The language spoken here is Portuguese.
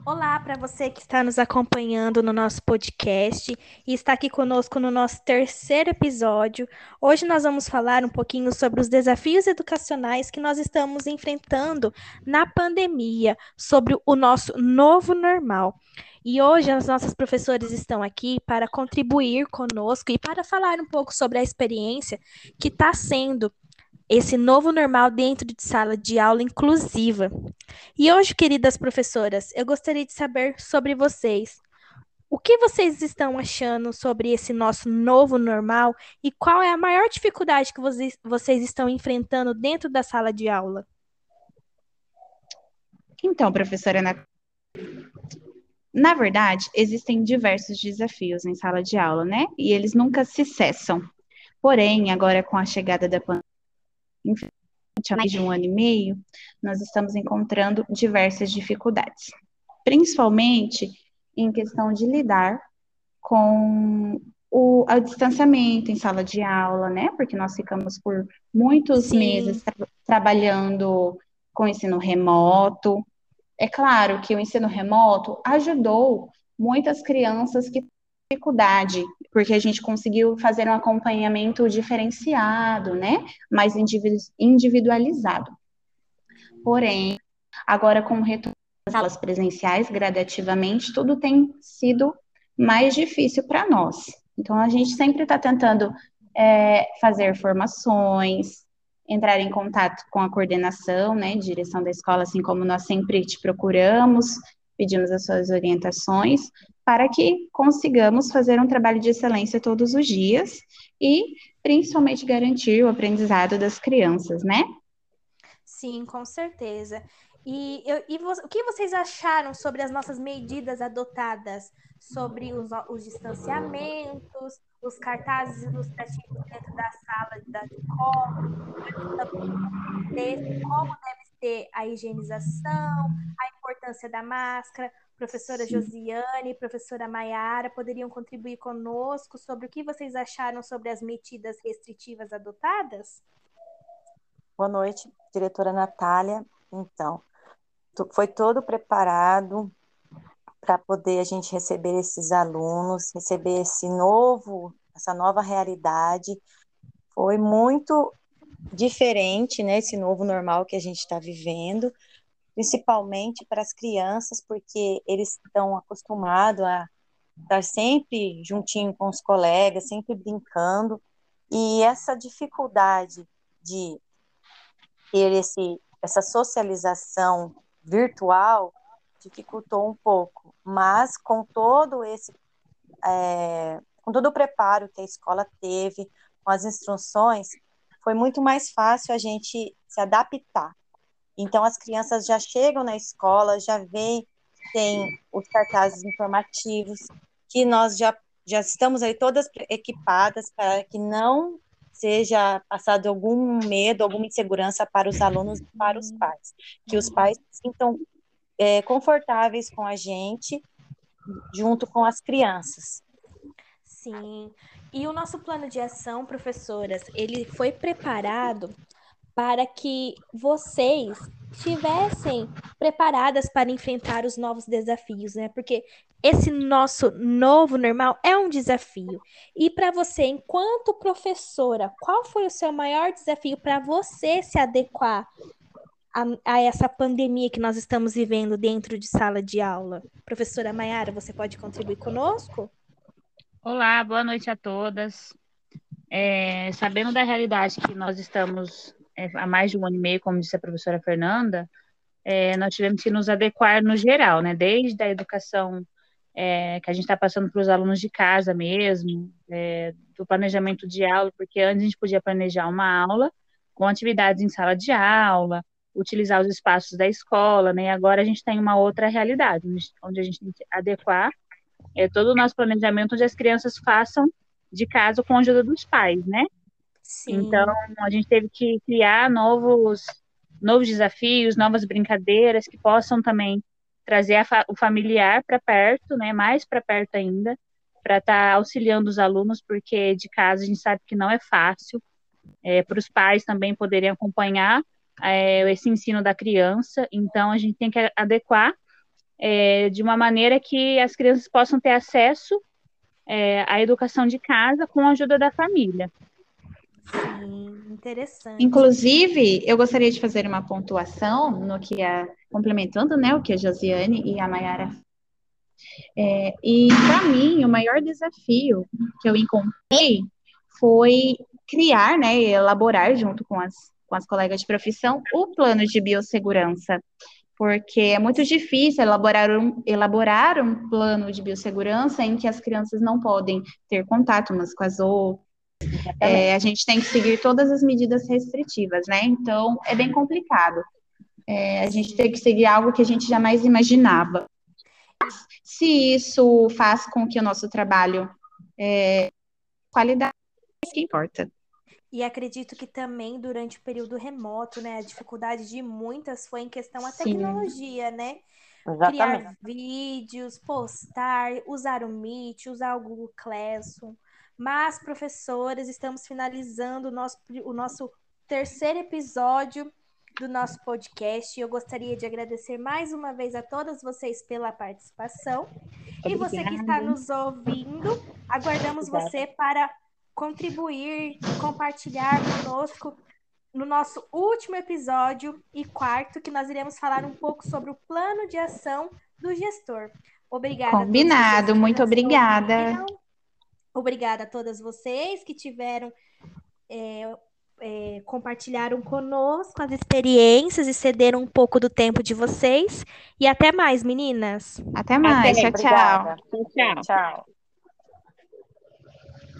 Olá para você que está nos acompanhando no nosso podcast e está aqui conosco no nosso terceiro episódio. Hoje nós vamos falar um pouquinho sobre os desafios educacionais que nós estamos enfrentando na pandemia, sobre o nosso novo normal. E hoje as nossas professoras estão aqui para contribuir conosco e para falar um pouco sobre a experiência que está sendo esse novo normal dentro de sala de aula inclusiva. E hoje, queridas professoras, eu gostaria de saber sobre vocês. O que vocês estão achando sobre esse nosso novo normal e qual é a maior dificuldade que vocês estão enfrentando dentro da sala de aula? Então, professora Ana, na verdade, existem diversos desafios em sala de aula, né? E eles nunca se cessam. Porém, agora com a chegada da pandemia, infelizmente, há mais de um ano e meio, nós estamos encontrando diversas dificuldades, principalmente em questão de lidar com o distanciamento em sala de aula, né? Porque nós ficamos por muitos meses Sim, trabalhando com ensino remoto. É claro que o ensino remoto ajudou muitas crianças que têm dificuldade, porque a gente conseguiu fazer um acompanhamento diferenciado, né? Mais individualizado. Porém, agora com o retorno das aulas presenciais gradativamente, tudo tem sido mais difícil para nós. Então, a gente sempre está tentando fazer formações, entrar em contato com a coordenação, né, direção da escola, assim como nós sempre te procuramos, pedimos as suas orientações, para que consigamos fazer um trabalho de excelência todos os dias e principalmente garantir o aprendizado das crianças, né? sim, com certeza. O que vocês acharam sobre as nossas medidas adotadas sobre os distanciamentos, os cartazes ilustrativos dentro da sala da escola? Como deve ser a higienização, a importância da máscara. Professora Sim. Josiane, professora Maiara, poderiam contribuir conosco sobre o que vocês acharam sobre as medidas restritivas adotadas? Boa noite, diretora Natália. Então, foi todo preparado para poder a gente receber esses alunos, receber essa nova realidade. Foi muito diferente, né, esse novo normal que a gente está vivendo, principalmente para as crianças, porque eles estão acostumados a estar sempre juntinho com os colegas, sempre brincando, e essa dificuldade de ter essa socialização virtual dificultou um pouco, mas com todo o preparo que a escola teve, com as instruções, foi muito mais fácil a gente se adaptar. Então, as crianças já chegam na escola, já veem, tem os cartazes informativos, que nós já estamos aí todas equipadas para que não seja passado algum medo, alguma insegurança para os alunos e para os pais. Que os pais se sintam confortáveis com a gente, junto com as crianças. Sim. E o nosso plano de ação, professoras, ele foi preparado para que vocês estivessem preparadas para enfrentar os novos desafios, né? Porque esse nosso novo normal é um desafio. E para você, enquanto professora, qual foi o seu maior desafio para você se adequar a essa pandemia que nós estamos vivendo dentro de sala de aula? Professora Maiara, você pode contribuir conosco? Olá, boa noite a todas. Sabendo da realidade que nós estamos há mais de um ano e meio, como disse a professora Fernanda, nós tivemos que nos adequar no geral, né? Desde a educação que a gente está passando para os alunos de casa mesmo, do planejamento de aula, porque antes a gente podia planejar uma aula com atividades em sala de aula, utilizar os espaços da escola, né? E agora a gente tem uma outra realidade, onde a gente tem que adequar todo o nosso planejamento, onde as crianças façam de casa com a ajuda dos pais, né? Então, Sim, a gente teve que criar novos desafios, novas brincadeiras que possam também trazer o familiar para perto, né? Mais para perto ainda, para estar auxiliando os alunos, porque de casa a gente sabe que não é fácil, para os pais também poderem acompanhar esse ensino da criança. Então, a gente tem que adequar de uma maneira que as crianças possam ter acesso à educação de casa com a ajuda da família. Sim, interessante. Inclusive, eu gostaria de fazer uma pontuação no que complementando, né, o que a Josiane e a Mayara. E para mim, o maior desafio que eu encontrei foi criar, né, e elaborar junto com as colegas de profissão o plano de biossegurança, porque é muito difícil elaborar um plano de biossegurança em que as crianças não podem ter contato umas com as outras. A gente tem que seguir todas as medidas restritivas, né? Então, é bem complicado. A gente tem que seguir algo que a gente jamais imaginava. Se isso faz com que o nosso trabalho qualidade é isso que importa. E acredito que também durante o período remoto, né, a dificuldade de muitas foi em questão à tecnologia, né? Exatamente. Criar vídeos, postar, usar o Meet, usar o Google Classroom. Mas, professores, estamos finalizando o nosso terceiro episódio do nosso podcast. Eu gostaria de agradecer mais uma vez a todas vocês pela participação. E você que está nos ouvindo, aguardamos você para contribuir, compartilhar conosco no nosso último episódio e quarto, que nós iremos falar um pouco sobre o plano de ação do gestor. Obrigada Combinado, a todos muito obrigada. Obrigada a todas vocês que tiveram, compartilharam conosco as experiências e cederam um pouco do tempo de vocês. E até mais, meninas. Até mais, tchau, tchau. Tchau.